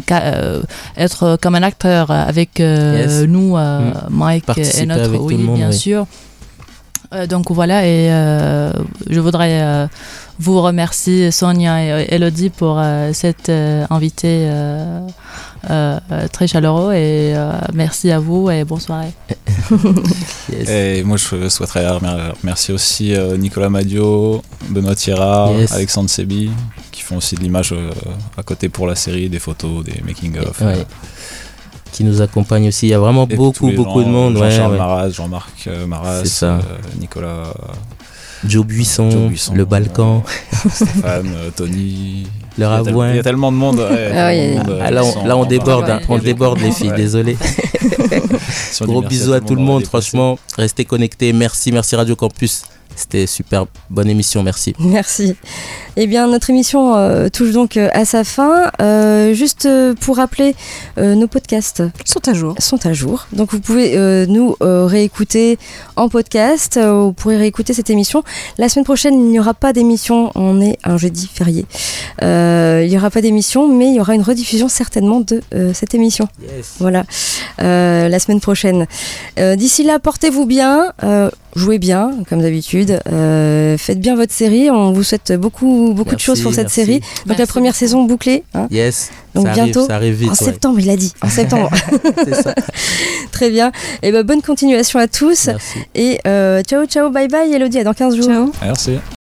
acteur avec nous, Mike et notre, bien sûr. Donc voilà, et je voudrais vous remercier, Sonia et Elodie, pour cette invité très chaleureux, et merci à vous et bonne soirée. Yes. Et moi je souhaiterais remercier aussi Nicolas Madio, Benoît Thierra, Alexandre Sebi, qui font aussi de l'image à côté pour la série, des photos, des making-of. Qui nous accompagnent aussi. Il y a vraiment beaucoup de monde. Jean-Charles Maraz, Jean-Marc Maraz, Nicolas... Joe Buisson, le Balkan, Stéphane, Tony. Le Ravoin. Il y a tellement de monde. Là, on déborde, on déborde les filles, désolé. Gros bisous à tout le monde, franchement. Restez connectés. Merci Radio Campus. C'était super, bonne émission, merci. Merci. Eh bien, notre émission touche donc à sa fin. Juste pour rappeler, nos podcasts sont à jour. Donc, vous pouvez nous réécouter en podcast. Vous pourrez réécouter cette émission. La semaine prochaine, il n'y aura pas d'émission. On est un jeudi férié. Il n'y aura pas d'émission, mais il y aura une rediffusion certainement de cette émission. Yes. Voilà. La semaine prochaine. D'ici là, portez-vous bien. Jouez bien, comme d'habitude. Faites bien votre série. On vous souhaite beaucoup de choses pour cette série. Donc la première saison bouclée. Hein. Yes. Donc ça bientôt. Arrive vite, en septembre, il a dit. En septembre. C'est ça. Très bien. Et bonne continuation à tous. Merci. Et ciao, bye bye, Elodie. À dans 15 jours. Ciao. Merci.